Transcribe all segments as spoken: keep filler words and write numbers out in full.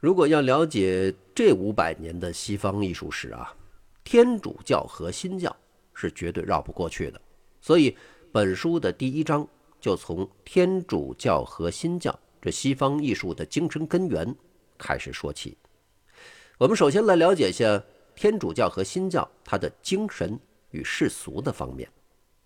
如果要了解这五百年的西方艺术史啊，天主教和新教是绝对绕不过去的。所以本书的第一章就从天主教和新教这西方艺术的精神根源开始说起。我们首先来了解一下天主教和新教它的精神与世俗的方面。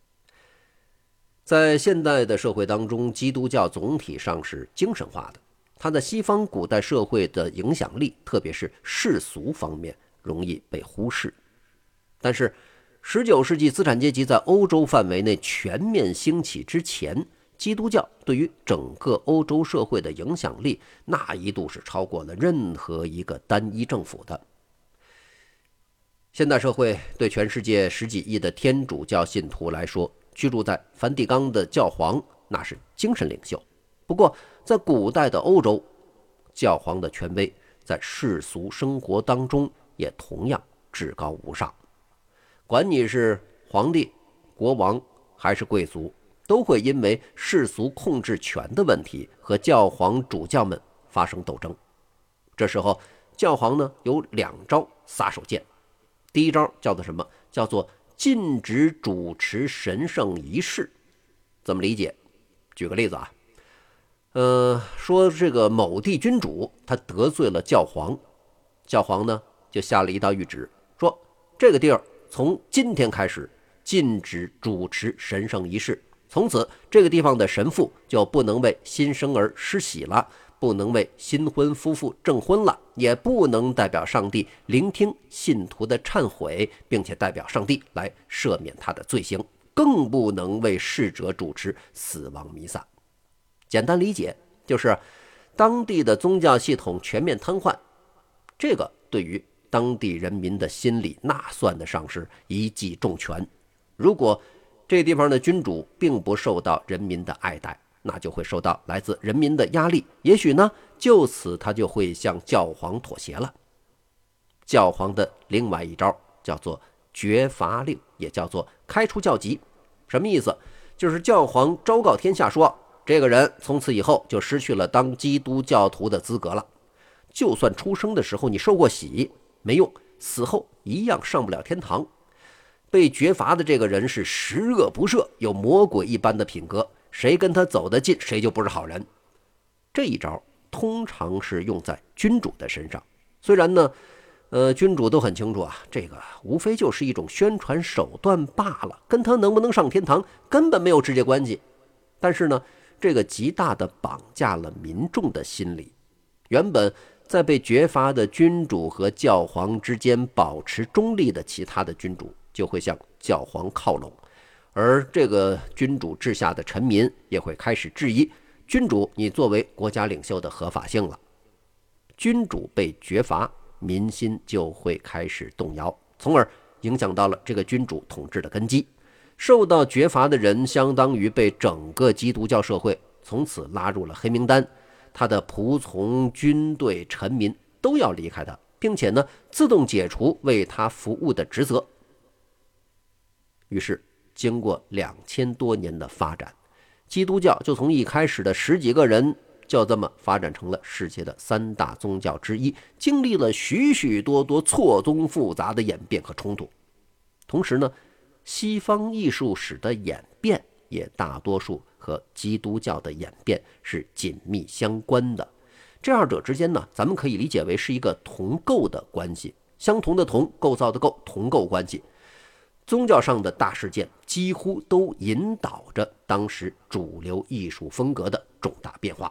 在现代的社会当中，基督教总体上是精神化的，它在西方古代社会的影响力，特别是世俗方面容易被忽视。但是十九世纪资产阶级在欧洲范围内全面兴起之前，基督教对于整个欧洲社会的影响力那一度是超过了任何一个单一政府的。现代社会对全世界十几亿的天主教信徒来说，居住在梵蒂冈的教皇那是精神领袖。不过在古代的欧洲，教皇的权威在世俗生活当中也同样至高无上。管你是皇帝、国王还是贵族，都会因为世俗控制权的问题和教皇主教们发生斗争。这时候教皇呢有两招杀手锏。第一招叫做什么？叫做禁止主持神圣仪式。怎么理解？举个例子啊，呃，说这个某地君主他得罪了教皇，教皇呢就下了一道谕旨，说这个地儿从今天开始禁止主持神圣仪式，从此这个地方的神父就不能为新生儿施洗了，不能为新婚夫妇证婚了，也不能代表上帝聆听信徒的忏悔，并且代表上帝来赦免他的罪行，更不能为逝者主持死亡弥撒。简单理解就是当地的宗教系统全面瘫痪，这个对于当地人民的心理那算得上是一记重拳。如果这地方的君主并不受到人民的爱戴，那就会受到来自人民的压力，也许呢就此他就会向教皇妥协了。教皇的另外一招叫做绝罚令，也叫做开除教籍。什么意思？就是教皇昭告天下说，这个人从此以后就失去了当基督教徒的资格了，就算出生的时候你受过洗没用，死后一样上不了天堂。被绝罚的这个人是十恶不赦，有魔鬼一般的品格，谁跟他走得近谁就不是好人。这一招通常是用在君主的身上，虽然呢呃，君主都很清楚啊，这个无非就是一种宣传手段罢了，跟他能不能上天堂根本没有直接关系。但是呢这个极大的绑架了民众的心理，原本在被绝罚的君主和教皇之间保持中立的其他的君主就会向教皇靠拢，而这个君主治下的臣民也会开始质疑君主你作为国家领袖的合法性了。君主被绝罚，民心就会开始动摇，从而影响到了这个君主统治的根基。受到绝罚的人相当于被整个基督教社会从此拉入了黑名单，他的仆从、军队、臣民都要离开他，并且呢自动解除为他服务的职责。于是经过两千多年的发展，基督教就从一开始的十几个人就这么发展成了世界的三大宗教之一，经历了许许多多错综复杂的演变和冲突。同时呢西方艺术史的演变也大多数和基督教的演变是紧密相关的，这二者之间呢咱们可以理解为是一个同构的关系，相同的同，构造的构，同构关系。宗教上的大事件几乎都引导着当时主流艺术风格的重大变化。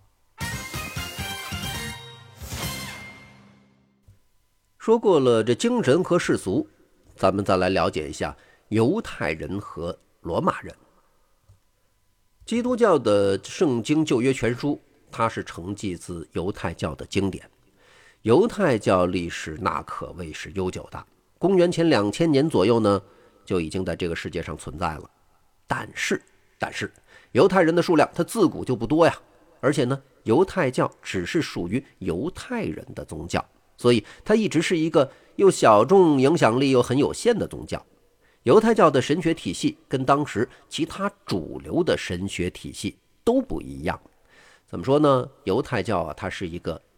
说过了这精神和世俗，咱们再来了解一下犹太人和罗马人。基督教的圣经旧约全书，它是承继自犹太教的经典。犹太教历史那可谓是悠久的，公元前两千年左右呢就已经在这个世界上存在了。但是但是犹太人的数量它自古就不多呀，而且呢犹太教只是属于犹太人的宗教，所以它一直是一个又小众、影响力又很有限的宗教。犹太教的神学体系跟当时其他主流的神学体系都不一样。怎么说呢？犹太教啊，它是一个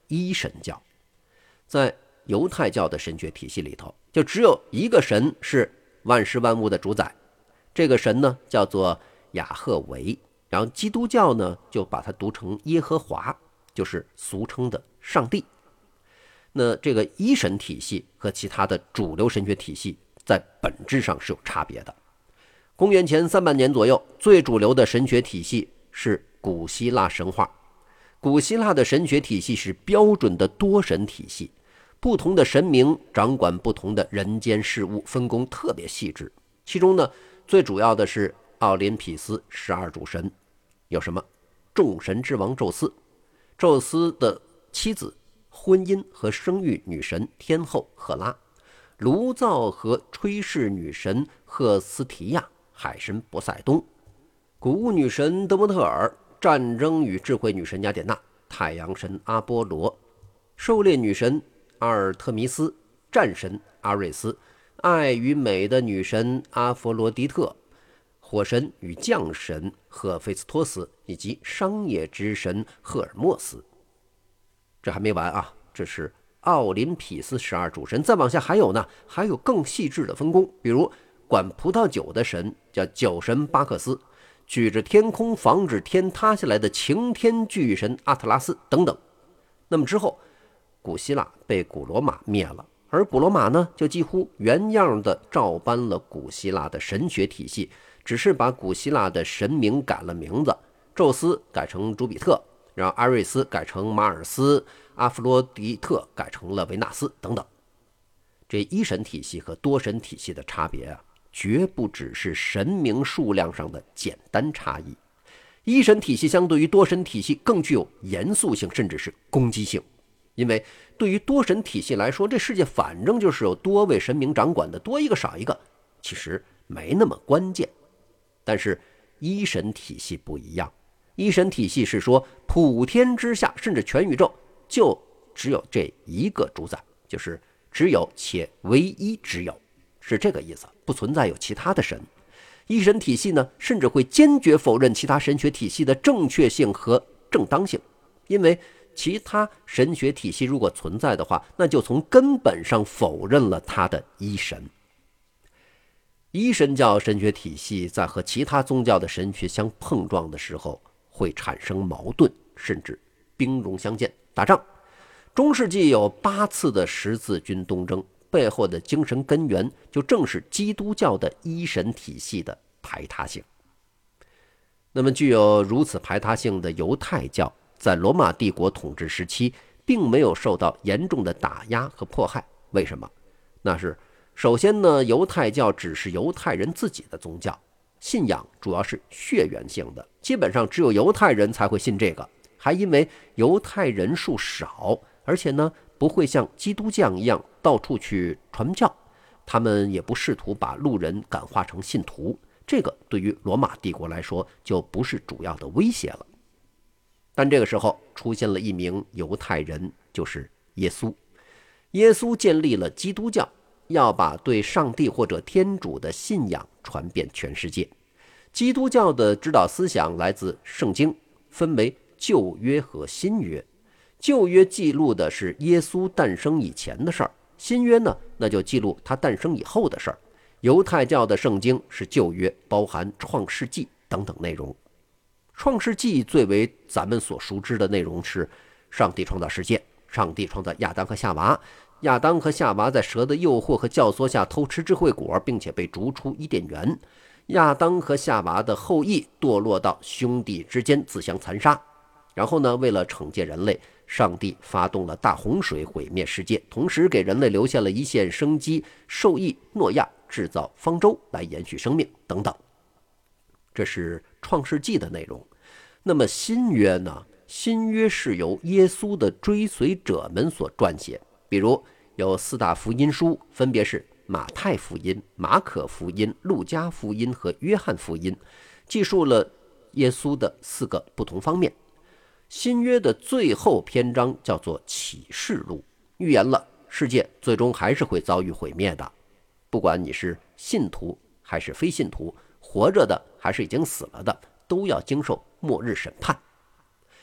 一神教。在犹太教的神学体系里头，就只有一个神是万事万物的主宰，这个神呢叫做雅赫维，然后基督教呢就把它读成耶和华，就是俗称的上帝。那这个一神体系和其他的主流神学体系在本质上是有差别的。公元前三百年左右，最主流的神学体系是古希腊神话。古希腊的神学体系是标准的多神体系，不同的神明掌管不同的人间事物，分工特别细致。其中呢，最主要的是奥林匹斯十二主神，有什么？众神之王宙斯，宙斯的妻子，婚姻和生育女神天后赫拉，炉灶和炊事女神赫斯提亚，海神波塞冬，谷物女神德莫特尔，战争与智慧女神雅典娜，太阳神阿波罗，狩猎女神阿尔特弥斯，战神阿瑞斯，爱与美的女神阿佛罗狄特，火神与降神赫菲斯托斯，以及商业之神赫尔墨斯。这还没完啊，这是奥林匹斯十二主神。再往下还有呢，还有更细致的分工，比如管葡萄酒的神叫酒神巴克斯，举着天空防止天塌下来的擎天巨神阿特拉斯等等。那么之后古希腊被古罗马灭了，而古罗马呢就几乎原样的照搬了古希腊的神学体系，只是把古希腊的神明改了名字，宙斯改成朱比特，然后阿瑞斯改成马尔斯，阿弗罗狄特改成了维纳斯等等。这一神体系和多神体系的差别啊，绝不只是神明数量上的简单差异。一神体系相对于多神体系更具有严肃性，甚至是攻击性。因为对于多神体系来说，这世界反正就是有多位神明掌管的，多一个少一个其实没那么关键。但是一神体系不一样，一神体系是说普天之下甚至全宇宙就只有这一个主宰，就是只有且唯一只有，是这个意思，不存在有其他的神。一神体系呢，甚至会坚决否认其他神学体系的正确性和正当性，因为其他神学体系如果存在的话，那就从根本上否认了它的一神。一神教神学体系在和其他宗教的神学相碰撞的时候，会产生矛盾，甚至兵戎相见，打仗。中世纪有八次的十字军东征，背后的精神根源就正是基督教的一神体系的排他性。那么具有如此排他性的犹太教，在罗马帝国统治时期并没有受到严重的打压和迫害。为什么？那是首先呢，犹太教只是犹太人自己的宗教，信仰主要是血缘性的，基本上只有犹太人才会信这个，还因为犹太人数少，而且呢不会像基督教一样到处去传教，他们也不试图把路人感化成信徒，这个对于罗马帝国来说就不是主要的威胁了。但这个时候出现了一名犹太人，就是耶稣。耶稣建立了基督教，要把对上帝或者天主的信仰传遍全世界。基督教的指导思想来自圣经，分为旧约和新约。旧约记录的是耶稣诞生以前的事儿，新约呢，那就记录他诞生以后的事儿。犹太教的圣经是旧约，包含创世纪等等内容。创世纪最为咱们所熟知的内容是上帝创造世界，上帝创造亚当和夏娃，亚当和夏娃在蛇的诱惑和教唆下偷吃智慧果，并且被逐出伊甸园。亚当和夏娃的后裔堕落到兄弟之间自相残杀，然后呢，为了惩戒人类，上帝发动了大洪水毁灭世界，同时给人类留下了一线生机，授意诺亚制造方舟来延续生命等等。这是创世纪的内容。那么新约呢？新约是由耶稣的追随者们所撰写，比如有四大福音书，分别是马太福音、马可福音、路加福音和约翰福音，记述了耶稣的四个不同方面。新约的最后篇章叫做启示录，预言了世界最终还是会遭遇毁灭的，不管你是信徒还是非信徒，活着的还是已经死了的，都要经受末日审判。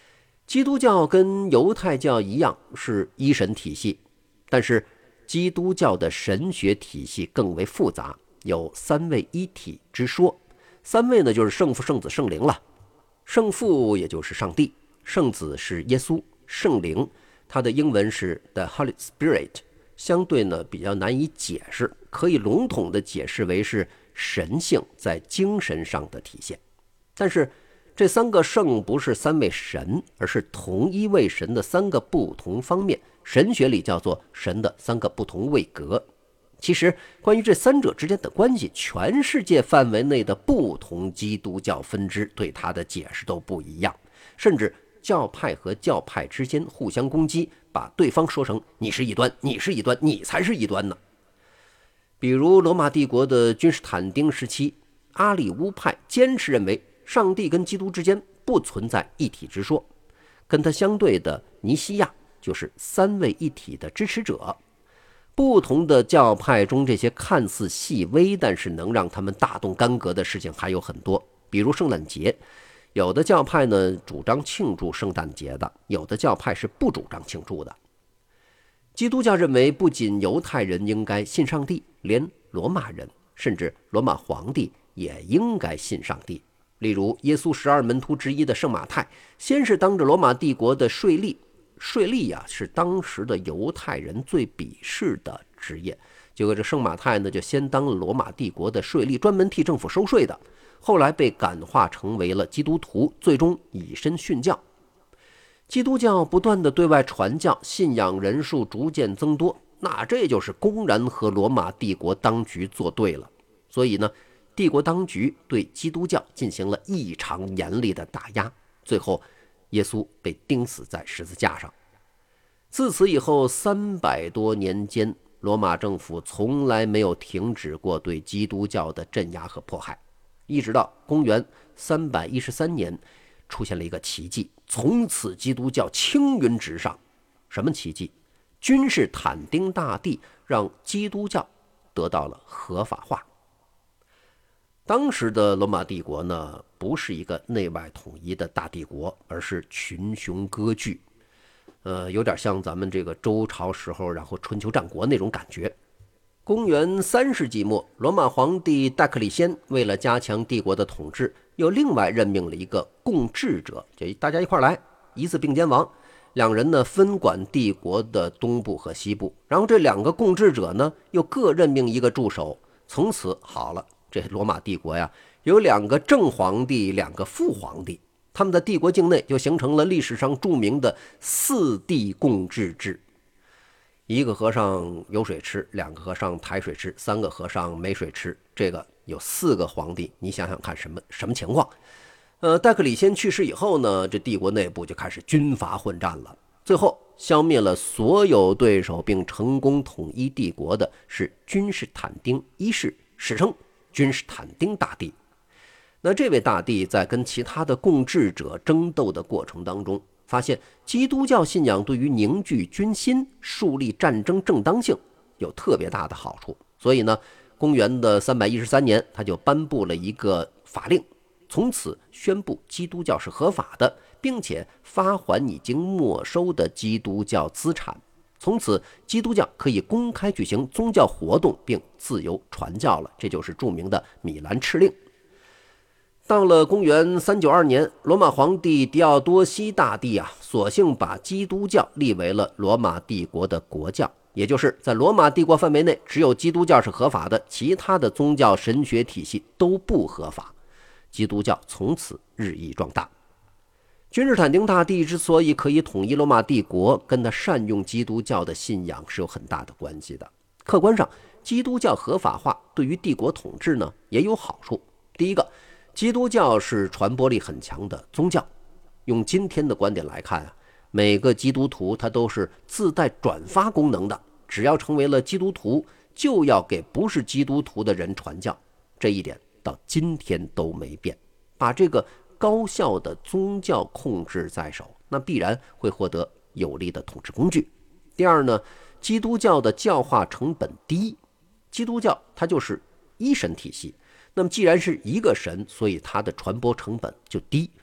基督教跟犹太教一样是一神体系，但是基督教的神学体系更为复杂，有三位一体之说。三位呢，就是圣父、圣子、圣灵了。圣父也就是上帝，圣子是耶稣，圣灵它的英文是 The Holy Spirit， 相对呢比较难以解释，可以笼统的解释为是神性在精神上的体现。但是这三个圣不是三位神，而是同一位神的三个不同方面，神学里叫做神的三个不同位格。其实关于这三者之间的关系，全世界范围内的不同基督教分支对它的解释都不一样，甚至教派和教派之间互相攻击，把对方说成你是异端，你是异端，你才是异端呢。比如罗马帝国的君士坦丁时期，阿里乌派坚持认为上帝跟基督之间不存在一体之说，跟他相对的尼西亚就是三位一体的支持者。不同的教派中，这些看似细微但是能让他们大动干戈的事情还有很多，比如圣诞节，有的教派呢主张庆祝圣诞节的，有的教派是不主张庆祝的。基督教认为不仅犹太人应该信上帝，连罗马人甚至罗马皇帝也应该信上帝。例如耶稣十二门徒之一的圣马太，先是当着罗马帝国的税吏，税吏呀、啊、是当时的犹太人最鄙视的职业，结果这圣马太呢就先当了罗马帝国的税吏，专门替政府收税的，后来被感化成为了基督徒，最终以身殉教。基督教不断的对外传教，信仰人数逐渐增多，那这就是公然和罗马帝国当局作对了。所以呢，帝国当局对基督教进行了异常严厉的打压，最后耶稣被钉死在十字架上。自此以后三百多年间，罗马政府从来没有停止过对基督教的镇压和迫害，一直到公元三百一十三年出现了一个奇迹，从此基督教青云直上。什么奇迹？君士坦丁大帝让基督教得到了合法化。当时的罗马帝国呢，不是一个内外统一的大帝国，而是群雄割据，呃，有点像咱们这个周朝时候，然后春秋战国那种感觉。公元三世纪末，罗马皇帝戴克里先为了加强帝国的统治，又另外任命了一个共治者，就大家一块来，一字并肩王。两人呢分管帝国的东部和西部，然后这两个共治者呢又各任命一个助手。从此好了，这罗马帝国呀，有两个正皇帝，两个副皇帝，他们的帝国境内就形成了历史上著名的四帝共治制。一个和尚有水吃，两个和尚抬水吃，三个和尚没水吃，这个有四个皇帝，你想想看什么什么情况？呃，戴克里先去世以后呢，这帝国内部就开始军阀混战了，最后消灭了所有对手并成功统一帝国的是君士坦丁一世，史称君士坦丁大帝。那这位大帝在跟其他的共治者争斗的过程当中，发现基督教信仰对于凝聚军心、树立战争正当性有特别大的好处，所以呢，公元的三百一十三年，他就颁布了一个法令，从此宣布基督教是合法的，并且发还已经没收的基督教资产。从此基督教可以公开举行宗教活动并自由传教了，这就是著名的米兰敕令。到了公元三九二年，罗马皇帝狄奥多西大帝啊，索性把基督教立为了罗马帝国的国教，也就是在罗马帝国范围内，只有基督教是合法的，其他的宗教神学体系都不合法。基督教从此日益壮大。君士坦丁大帝之所以可以统一罗马帝国，跟他善用基督教的信仰是有很大的关系的。客观上，基督教合法化对于帝国统治呢也有好处。第一个，基督教是传播力很强的宗教。用今天的观点来看啊，每个基督徒他都是自带转发功能的，只要成为了基督徒，就要给不是基督徒的人传教。这一点到今天都没变。把这个高效的宗教控制在手，那必然会获得有力的统治工具。第二呢，基督教的教化成本低。基督教它就是一神体系，那么既然是一个神，所以它的传播成本就低。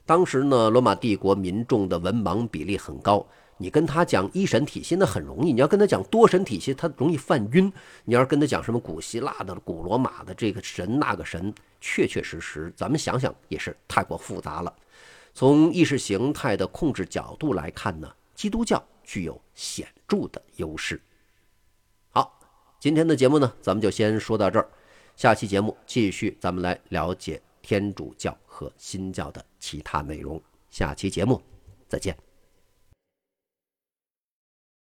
当时呢，罗马帝国民众的文盲比例很高，你跟他讲一神体系那很容易，你要跟他讲多神体系，他容易犯晕。你要是跟他讲什么古希腊的、古罗马的这个神那个神，确确实实，咱们想想也是太过复杂了。从意识形态的控制角度来看呢，基督教具有显著的优势。好，今天的节目呢，咱们就先说到这儿。下期节目继续，咱们来了解天主教和新教的其他内容。下期节目再见。